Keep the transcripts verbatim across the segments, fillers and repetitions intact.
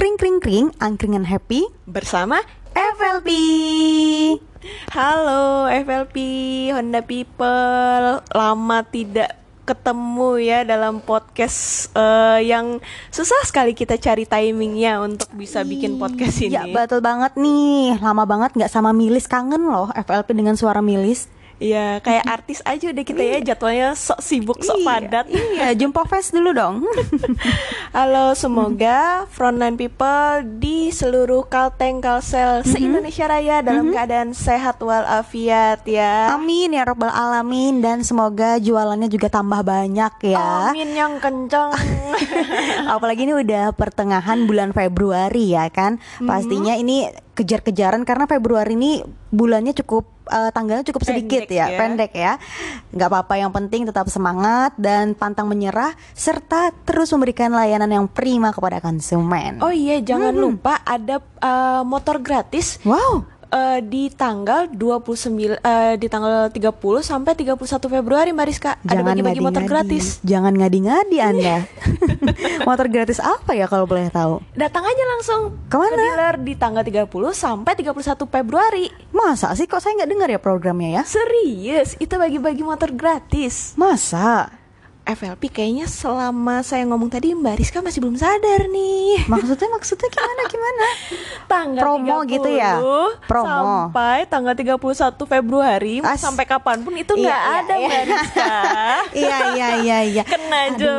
Kring kring kring, angkringan happy bersama F L P. Halo F L P, Honda People. Lama tidak ketemu ya dalam podcast uh, yang susah sekali kita cari timingnya untuk bisa bikin podcast ini. Ya betul banget nih, lama banget gak sama Milis, kangen loh F L P dengan suara Milis. Iya, kayak artis aja udah kita ya, jadwalnya sok sibuk, sok padat. Iya, jumpa fest dulu dong. Halo, semoga Frontline People di seluruh Kalteng Kalsel se-Indonesia Raya dalam mm-hmm. keadaan sehat walafiat ya. Amin ya robbal alamin, dan semoga jualannya juga tambah banyak ya. Amin yang kencang. Apalagi ini udah pertengahan bulan Februari ya kan. Mm-hmm. Pastinya ini kejar-kejaran karena Februari ini bulannya cukup uh, tanggalnya cukup sedikit pendek ya, ya, pendek ya. Nggak apa-apa, yang penting tetap semangat dan pantang menyerah serta terus memberikan layanan yang prima kepada konsumen. Oh iya, jangan hmm. lupa ada uh, motor gratis. Wow. Uh, di tanggal dua puluh sembilan uh, di tanggal tiga puluh sampai tiga puluh satu Februari Mariska. Ada bagi-bagi motor gratis. Jangan ngadi-ngadi Anda. Motor gratis apa ya kalau boleh tahu? Datang aja langsung kemana? Ke dealer di tanggal tiga puluh sampai tiga puluh satu Februari. Masa sih, kok saya nggak dengar ya programnya ya? Serius, itu bagi-bagi motor gratis. Masa? F L P kayaknya selama saya ngomong tadi Mbak Rizka masih belum sadar nih. Maksudnya maksudnya gimana gimana? Tanggal promo tiga puluh gitu ya? Promo sampai tanggal tiga puluh satu Februari. As- sampai kapanpun itu nggak iya, ada iya, Mbak Rizka. Iya iya iya iya. Kena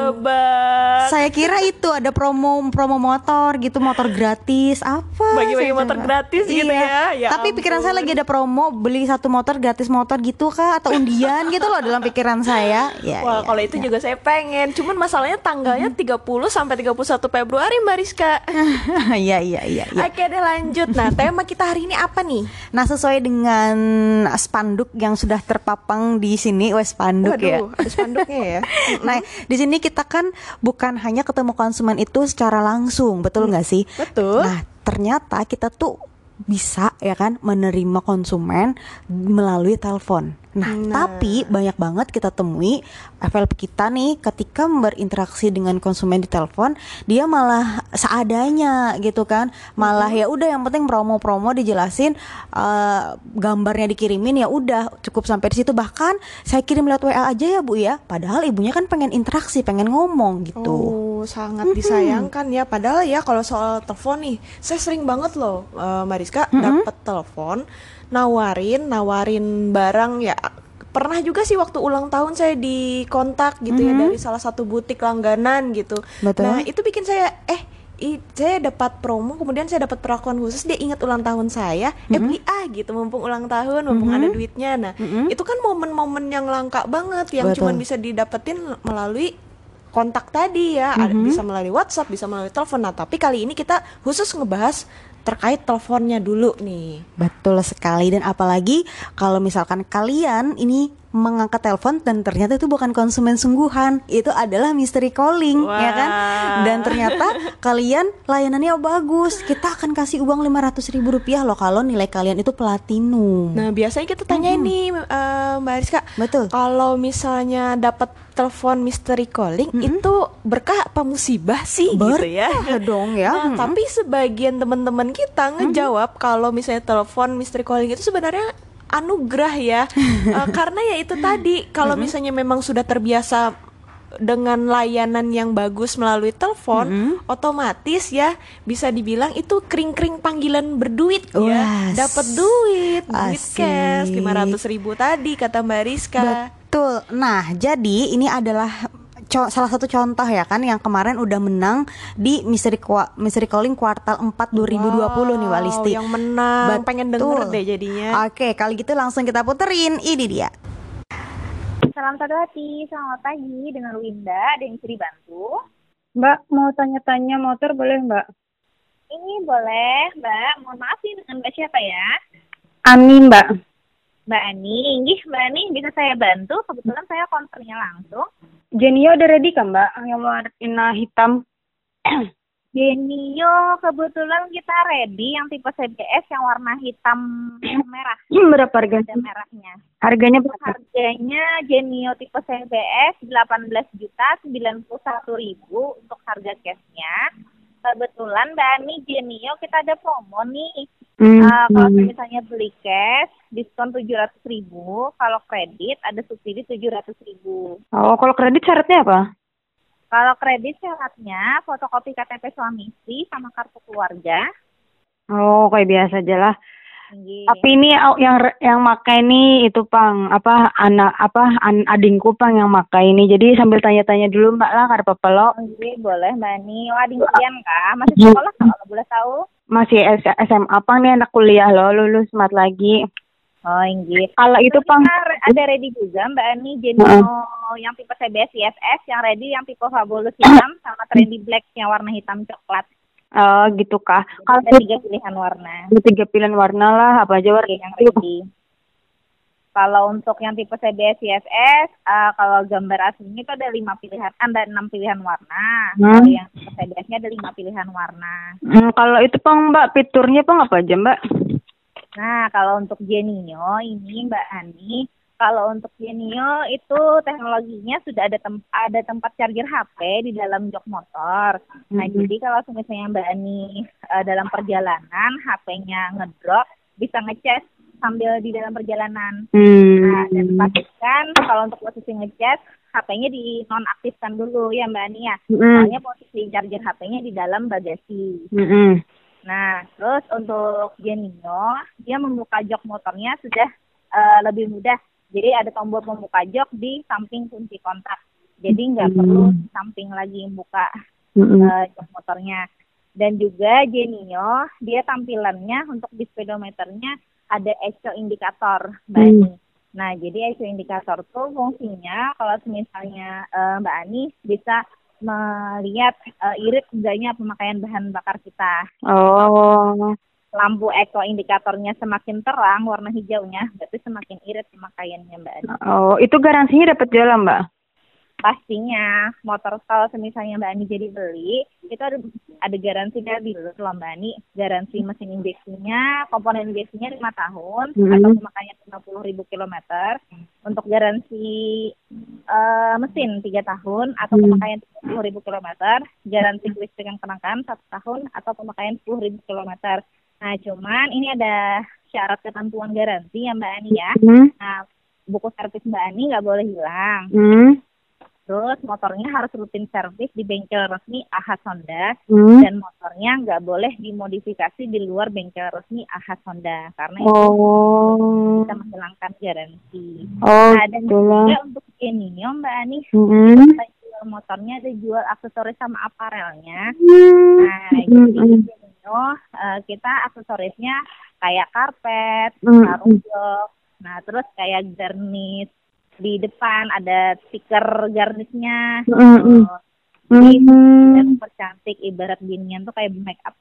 jebak. Saya kira itu ada promo promo motor gitu, motor gratis apa? Bagi-bagi motor coba. gratis iya. gitu ya. Ya Tapi ampun. Pikiran saya lagi ada promo beli satu motor gratis motor gitu kah, atau undian gitu loh dalam pikiran saya. Ya, Wah, ya, kalau itu ya. juga saya pengen, cuman masalahnya tanggalnya tiga puluh sampai tiga puluh satu Februari Mbak Rizka. Iya iya iya ya. Oke deh, lanjut. Nah, tema kita hari ini apa nih? Nah, sesuai dengan spanduk yang sudah terpapang di sini, wes spanduk. Waduh, ya. Ada spanduknya ya. Nah, di sini kita kan bukan hanya ketemu konsumen itu secara langsung, betul nggak sih? Betul. Nah, ternyata kita tuh bisa ya kan menerima konsumen melalui telepon. Nah, nah, tapi banyak banget kita temui F L P kita nih ketika berinteraksi dengan konsumen di telepon, dia malah seadanya gitu kan. Malah mm-hmm. ya udah, yang penting promo-promo dijelasin, uh, gambarnya dikirimin, ya udah cukup sampai di situ. Bahkan saya kirim lewat W A aja ya Bu ya. Padahal ibunya kan pengen interaksi, pengen ngomong gitu. Oh, sangat mm-hmm. disayangkan ya. Padahal ya kalau soal telepon nih, saya sering banget loh uh, Mariska mm-hmm. dapat telepon nawarin nawarin barang ya. Pernah juga sih waktu ulang tahun saya dikontak gitu mm-hmm. ya dari salah satu butik langganan gitu. Betul. Nah, itu bikin saya eh i, saya dapat promo, kemudian saya dapat perlakuan khusus, dia ingat ulang tahun saya, mm-hmm. eh beli ah gitu mumpung ulang tahun, mumpung mm-hmm. ada duitnya. Nah, mm-hmm. itu kan momen-momen yang langka banget yang cuma bisa didapetin melalui kontak tadi ya. Mm-hmm. Ada, bisa melalui WhatsApp, bisa melalui telepon. Nah, tapi kali ini kita khusus ngebahas terkait teleponnya dulu nih. Betul sekali, dan apalagi kalau misalkan kalian ini mengangkat telepon dan ternyata itu bukan konsumen sungguhan, itu adalah mystery calling. Wah. Ya kan? Dan ternyata kalian layanannya bagus, kita akan kasih uang lima ratus ribu rupiah loh kalau nilai kalian itu platinum. Nah, biasanya kita tanyain hmm. nih uh, Mbak Rizka, betul, kalau misalnya dapat telepon mystery calling mm-hmm. itu berkah apa musibah sih? Berkah gitu ya dong ya. Nah, mm-hmm. tapi sebagian teman-teman kita ngejawab mm-hmm. kalau misalnya telepon mystery calling itu sebenarnya anugerah ya. uh, karena ya itu tadi, kalau mm-hmm. misalnya memang sudah terbiasa dengan layanan yang bagus melalui telepon, mm-hmm. otomatis ya bisa dibilang itu kring-kring panggilan berduit ya. Dapat duit, duit cash lima ratus ribu tadi kata Mbak Rizka. Betul. Nah, jadi ini adalah co- salah satu contoh ya kan yang kemarin udah menang di Mystery, Qua- Mystery Calling kuartal empat dua ribu dua puluh wow, nih Mbak Listi. Yang menang. Betul. Pengen denger deh jadinya. Oke, kali gitu langsung kita puterin. Ini dia. Salam satu hati, selamat pagi dengan Winda dan bisa dibantu. Mbak, mau tanya-tanya motor boleh Mbak? Ini boleh Mbak, mohon maaf nih, dengan Mbak siapa ya? Ani Mbak. Mbak Ani, Ih, Mbak Ani bisa saya bantu? Kebetulan saya konternya langsung. Genio udah ready kan Mbak? Yang warna hitam. Genio kebetulan kita ready yang tipe C B S yang warna hitam merah. Berapa harganya? Ada merahnya. Harganya berapa? Harganya Genio tipe C B S delapan belas juta sembilan puluh satu ribu untuk harga cashnya. Kebetulan Mbak Ani Genio kita ada promo nih. Hmm. Eh, kalau hmm. misalnya beli cash, diskon tujuh ratus ribu. Kalau kredit ada subsidi tujuh ratus ribu. Oh, kalau kredit syaratnya apa? Kalau kredit syaratnya fotokopi K T P suami istri sama kartu keluarga. Oh, kayak biasa aja lah. Nggih. Tapi ini au- yang re- yang makai ini itu Pang, apa anak apa an, adingku Pang yang makai ini. Jadi sambil tanya-tanya dulu Mbak lah, kada apa-apa lo. Nggih, boleh Mbak Ani. Oh, adik kalian kah? Masih sekolah kalau boleh tahu? Masih S- SMA Pang nih anak kuliah lo, lulus mat lagi. Oh, nggih. Kalau itu Terus Pang, kita re- ada ready juga Mbak Ani Genio yang tipe C B S I S S, yang ready yang tipe Fabulous hitam sama Trendy Black yang warna hitam coklat. oh gitu kah? Kalau Ada tiga pilihan warna. ada tiga pilihan warna lah, apa aja warna Oke, yang ready. Kalau untuk yang tipe C B S I S S, eh, kalau gambar aslinya itu ada lima pilihan, ada enam pilihan warna. Hmm. Kalau yang tipe C B S-nya ada lima pilihan warna. Hmm, kalau itu Pang Mbak, fiturnya Pang apa aja Mbak? Nah, kalau untuk Genio ini Mbak Ani, kalau untuk Genio itu teknologinya sudah ada tem- ada tempat charger H P di dalam jok motor. Nah, Mhm. jadi kalau misalnya Mbak Ani eh, dalam perjalanan H P-nya ngedrop, bisa ngecas sambil di dalam perjalanan. Nah, dan Hmm. pastikan kalau untuk posisi ngecas, H P-nya dinonaktifkan dulu ya Mbak Ani ya. Mm-mm. Soalnya posisi charger H P-nya di dalam bagasi. Mm-mm. Nah, terus untuk Genio, dia membuka jok motornya sudah eh, lebih mudah. Jadi ada tombol pembuka jok di samping kunci kontak. Jadi nggak Hmm. perlu di samping lagi buka Mm-mm. eh, jok motornya. Dan juga Genio, dia tampilannya untuk di speedometernya ada echo indikator, Mbak Hmm. Ani. Nah, jadi echo indikator tuh fungsinya kalau misalnya eh, Mbak Ani bisa melihat eh, irit enggaknya pemakaian bahan bakar kita. Oh. Lampu echo indikatornya semakin terang warna hijaunya, berarti semakin irit pemakaiannya Mbak Ani. Oh, itu garansinya dapat jalan Mbak? Pastinya motor kalau misalnya Mbak Ani jadi beli itu ada ada garansi dari dealer loh Mbak Ani, garansi mesin injeksinya, komponen injeksinya lima tahun Mhm. atau pemakaian lima puluh ribu kilometer. Untuk garansi eh, mesin tiga tahun atau Hmm. pemakaian tiga puluh ribu kilometer, garansi kelistrikan kelangkaan satu tahun atau pemakaian sepuluh ribu kilometer. Nah, cuman ini ada syarat ketentuan garansi ya Mbak Ani ya. Hmm. Nah, buku servis Mbak Ani nggak boleh hilang. Hmm. Terus motornya harus rutin servis di bengkel resmi A H Honda. Hmm. Dan motornya nggak boleh dimodifikasi di luar bengkel resmi A H Honda. Karena itu Oh. bisa menghilangkan garansi. Oh, Nah, dan itulah. juga untuk Genio Mbak Ani, Hmm. kita jual motornya ada jual aksesoris sama aparelnya. Hmm. Nah, Hmm. jadi Genio eh, kita aksesorisnya kayak karpet, Hmm. sarung jok, nah terus kayak garnish di depan ada stiker garnishnya. Hmm. Jadi Hmm. dan mempercantik ibarat ginian tuh kayak make up.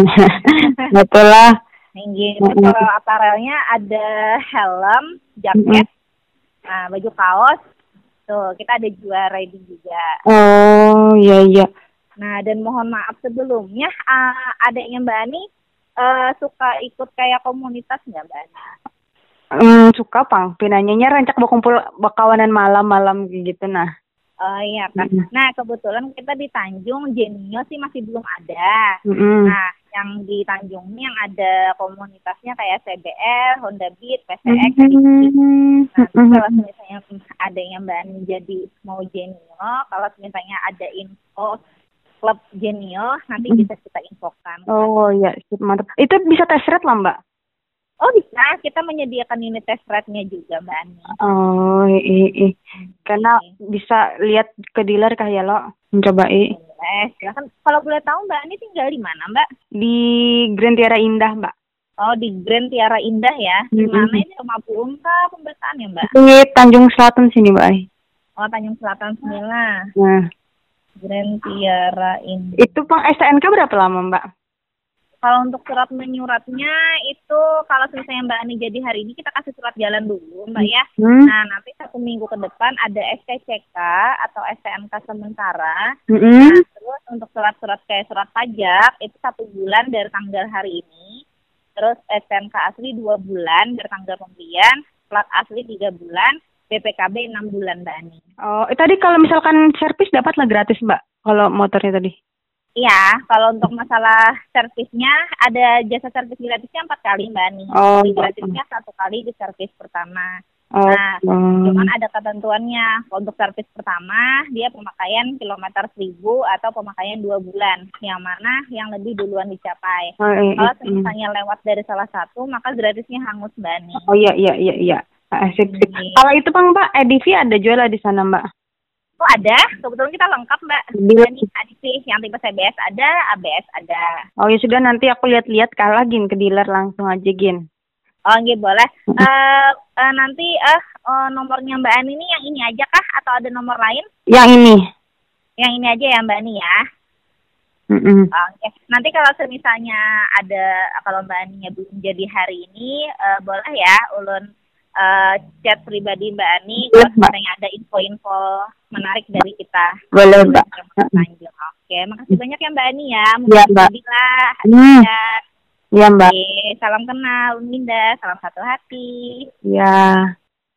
Betul lah. Tinggi. Terus kalau aparelnya ada helm, jaket, nah baju kaos. Tuh kita ada jual ready juga. Oh, iya iya. Nah, dan mohon maaf sebelumnya, uh, adiknya Mbak Ani uh, suka ikut kayak komunitas nggak Mbak Ani? Hmm, suka Pang. Pinanyanya rancak berkumpul bakawanan malam-malam gitu nah. Oh iya kan. Mm-mm. Nah, kebetulan kita di Tanjung, Genio sih masih belum ada. Mm-mm. Nah, yang di Tanjung ini yang ada komunitasnya kayak C B R, Honda Beat, P C X, gitu. Mm-mm. Nah, Mm-mm. kalau misalnya ada yang Mbak Ani jadi mau Genio, kalau misalnya ada info klub Genio, nanti Mm. bisa kita infokan. Oh iya, sip, mantap. Itu bisa tes ride lah Mbak? Oh bisa, kita menyediakan unit test ride-nya juga Mbak Ani. Oh iya, iya. Karena bisa lihat ke dealer kah ya lo? Mencobai. Boleh, silakan. Kalau boleh tahu Mbak Ani tinggal di mana Mbak? Di Grand Tiara Indah Mbak. Oh di Grand Tiara Indah ya. Di Mm-mm. mana ini rumah Burung kah pembetaan ya Mbak? Di Tanjung Selatan sini Mbak. Oh Tanjung Selatan sembilan. Nah, Grand Tiara Indah. itu Pang S T N K berapa lama Mbak? Kalau untuk surat menyuratnya itu kalau misalnya Mbak Ani jadi hari ini kita kasih surat jalan dulu Mbak ya. Hmm? Nah nanti satu minggu ke depan ada S T C K atau S T N K sementara. Mm-mm. Nah terus untuk surat-surat kayak surat pajak itu satu bulan dari tanggal hari ini. Terus S T N K asli dua bulan dari tanggal pembelian. Plat asli tiga bulan. B P K B enam bulan Mbak Ani. Oh, eh, tadi kalau misalkan servis dapat lah gratis Mbak. Kalau motornya tadi. Iya, kalau untuk masalah servisnya ada jasa servis gratisnya empat kali Mbak Ani. Oh, Jadi gratisnya satu kali di servis pertama. Oh, Nah, hmm. cuman ada ketentuannya. Untuk servis pertama dia pemakaian kilometer seribu atau pemakaian dua bulan, yang mana yang lebih duluan dicapai. Oh, eh, Kalau eh, misalnya lewat dari salah satu, maka gratisnya hangus Mbak Ani. oh iya iya iya iya. Ah, sip, sip. Hmm. Kalau itu Bang Mbak, E D V ada jual di sana Mbak. Oh ada, kebetulan kita lengkap Mbak. Bila- Jadi adiksi yang tipe C B S ada, A B S ada. Oh ya sudah, nanti aku lihat-lihat kalah gin ke dealer langsung aja gin. Oh gitu boleh. Eh eh, nanti eh eh, nomornya Mbak Ani ini yang ini aja kah atau ada nomor lain? Yang ini. Yang ini aja ya Mbak Ani ya. Mm-mm. Oke. Nanti kalau semisalnya ada kalau Mbak Aninya belum jadi hari ini, eh, boleh ya ulun eh, chat pribadi Mbak Ani Iya, kalau Mbak. misalnya ada info-info menarik dari kita. Boleh Mbak. Lanjut. Oke, makasih banyak ya Mbak Ani ya. Iya, Mbak. Lah. Hmm. Ya. Iya Mbak. Oke, salam kenal Linda, salam satu hati. Iya.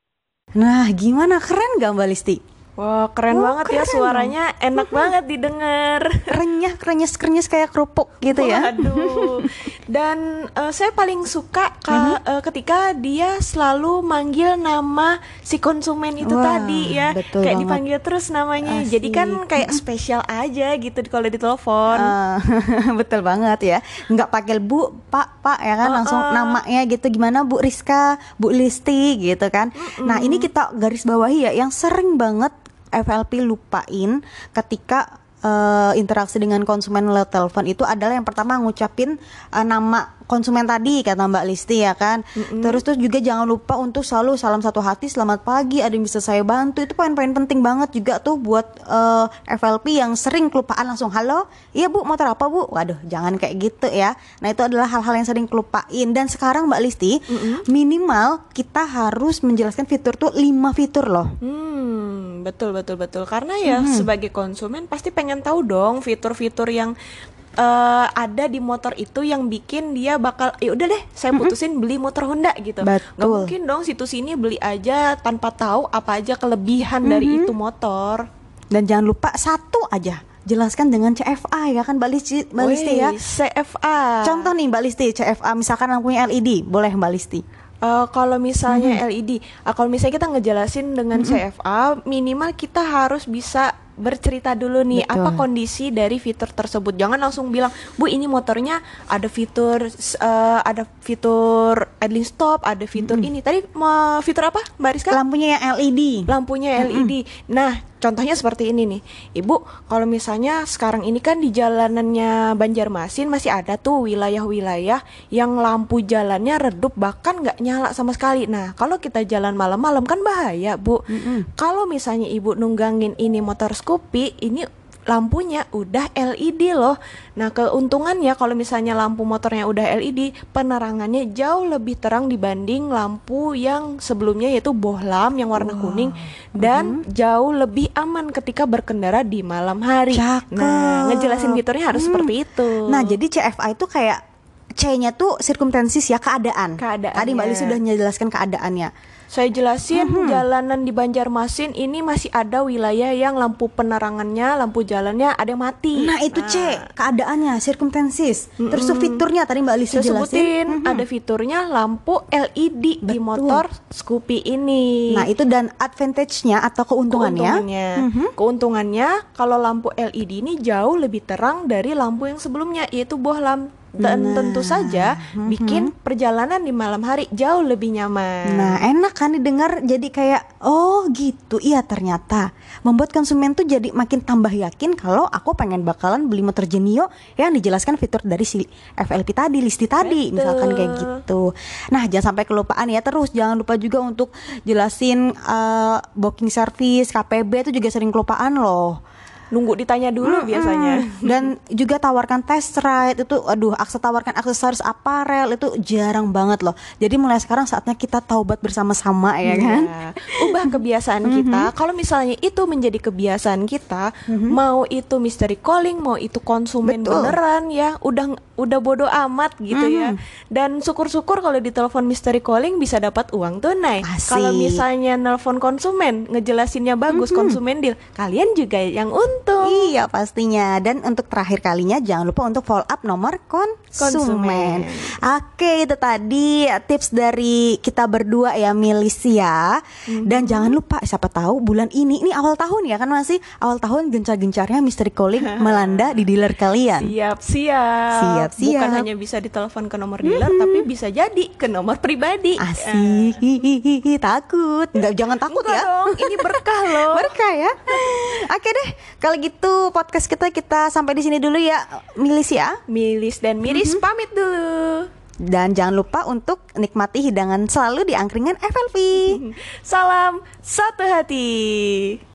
Nah, gimana, keren gak Mbak Listi? Wah, keren Wah, banget ya, keren. suaranya enak banget didengar. Renyah, krenyes-krenyes kayak kerupuk gitu ya. Waduh. Dan eh, saya paling suka ka- eh, ketika dia selalu manggil nama si konsumen itu Wah, tadi ya. betul Kayak banget. dipanggil terus namanya. Asik. Jadi kan kayak spesial aja gitu kalau ditelepon. Eh, betul banget ya, nggak pakai bu, pak, pak ya kan, langsung Uh-uh. namanya gitu, gimana Bu Rizka, Bu Listi gitu kan. Nah ini kita garis bawahi ya, yang sering banget F L P lupain ketika eh, interaksi dengan konsumen lewat telepon itu adalah yang pertama ngucapin eh, nama konsumen tadi kata Mbak Listi ya kan. Terus tuh juga jangan lupa untuk selalu salam satu hati, selamat pagi, ada yang bisa saya bantu. Itu poin-poin penting banget juga tuh buat eh, F L P yang sering kelupaan langsung halo, iya Bu, motor apa Bu? Waduh, jangan kayak gitu ya. Nah itu adalah hal-hal yang sering kelupain. Dan sekarang Mbak Listi, minimal kita harus menjelaskan fitur tuh lima fitur loh. Hmm, betul betul betul. Karena ya sebagai konsumen pasti pengen tahu dong fitur-fitur yang eh, ada di motor itu yang bikin dia bakal ya udah deh saya putusin beli motor Honda gitu. Nggak Betul. mungkin dong situ sini beli aja tanpa tahu apa aja kelebihan dari itu motor. Dan jangan lupa satu aja, jelaskan dengan C F A ya kan Mbak Listi, Mbak Listi ya. Wih, C F A. Contoh nih Mbak Listi, C F A misalkan lampunya L E D, boleh Mbak Listi? Eh, kalau misalnya L E D, ah, kalau misalnya kita ngejelasin dengan C F A, minimal kita harus bisa bercerita dulu nih Betul. apa kondisi dari fitur tersebut. Jangan langsung bilang, Bu ini motornya ada fitur eh, ada fitur idling stop, ada fitur ini. Tadi mau fitur apa, Mbak Rizka? Lampunya yang L E D. Lampunya L E D. Nah, contohnya seperti ini nih, Ibu. Kalau misalnya sekarang ini kan di jalanannya Banjarmasin masih ada tuh wilayah-wilayah yang lampu jalannya redup bahkan nggak nyala sama sekali. Nah, kalau kita jalan malam-malam kan bahaya, Bu. Kalau misalnya Ibu nunggangin ini motor Scoopy, ini lampunya udah L E D loh. Nah, keuntungannya kalau misalnya lampu motornya udah L E D, penerangannya jauh lebih terang dibanding lampu yang sebelumnya yaitu bohlam yang warna kuning dan jauh lebih aman ketika berkendara di malam hari. Cakep. Nah, ngejelasin fiturnya harus seperti itu. Nah, jadi C F A itu kayak C-nya tuh circumstances ya, keadaan. Keadaannya. Tadi Mbak Listi sudah menjelaskan keadaannya. Saya jelasin jalanan di Banjarmasin ini masih ada wilayah yang lampu penerangannya, lampu jalannya ada yang mati. Nah, itu C, keadaannya, circumstances. Terus tuh fiturnya tadi Mbak Listi Saya jelasin. sebutin ada fiturnya lampu L E D di Betul. motor Scoopy ini. Nah, itu dan advantage-nya atau keuntungannya. keuntungannya, keuntungannya kalau lampu L E D ini jauh lebih terang dari lampu yang sebelumnya yaitu bohlam. Dan Nah, tentu saja bikin perjalanan di malam hari jauh lebih nyaman. Nah, enak kan didengar, jadi kayak oh gitu. Iya, ternyata membuat konsumen tuh jadi makin tambah yakin kalau aku pengen bakalan beli motor Genio yang dijelaskan fitur dari si F L P tadi, Listi tadi, Betul. misalkan kayak gitu. Nah, jangan sampai kelupaan ya. Terus jangan lupa juga untuk jelasin eh, booking service, K P B itu juga sering kelupaan loh. Nunggu ditanya dulu biasanya. Dan juga tawarkan test ride itu, aduh, akses tawarkan aksesoris aparel itu jarang banget loh. Jadi mulai sekarang saatnya kita taubat bersama-sama ya kan. Ya, ubah kebiasaan kita. Kalau misalnya itu menjadi kebiasaan kita, mau itu mystery calling, mau itu konsumen Betul. beneran ya, udah udah bodo amat gitu ya. Dan syukur-syukur kalau di telepon mystery calling bisa dapat uang tunai. Asik. Kalau misalnya nelpon konsumen, ngejelasinnya bagus, konsumen deal, kalian juga yang untung. untung. Iya pastinya. Dan untuk terakhir kalinya jangan lupa untuk follow up nomor konsumen. Konsumen. Oke, itu tadi tips dari kita berdua ya, Milisia. Mhm. Dan jangan lupa, siapa tahu bulan ini ini awal tahun ya kan, masih awal tahun gencar-gencarnya mystery calling melanda di dealer kalian. Siap, siap. Siap, siap. Bukan hanya bisa ditelepon ke nomor dealer, tapi bisa jadi ke nomor pribadi. Asik. Hihihi, takut. Enggak, jangan takut Enggak ya. dong, ini berkah loh. Berkah ya. Oke deh, kalau gitu podcast kita kita sampai di sini dulu ya, Milisia. Milis dan Miris Mhm. pamit dulu. Dan jangan lupa untuk nikmati hidangan selalu di angkringan F L V. Salam satu hati.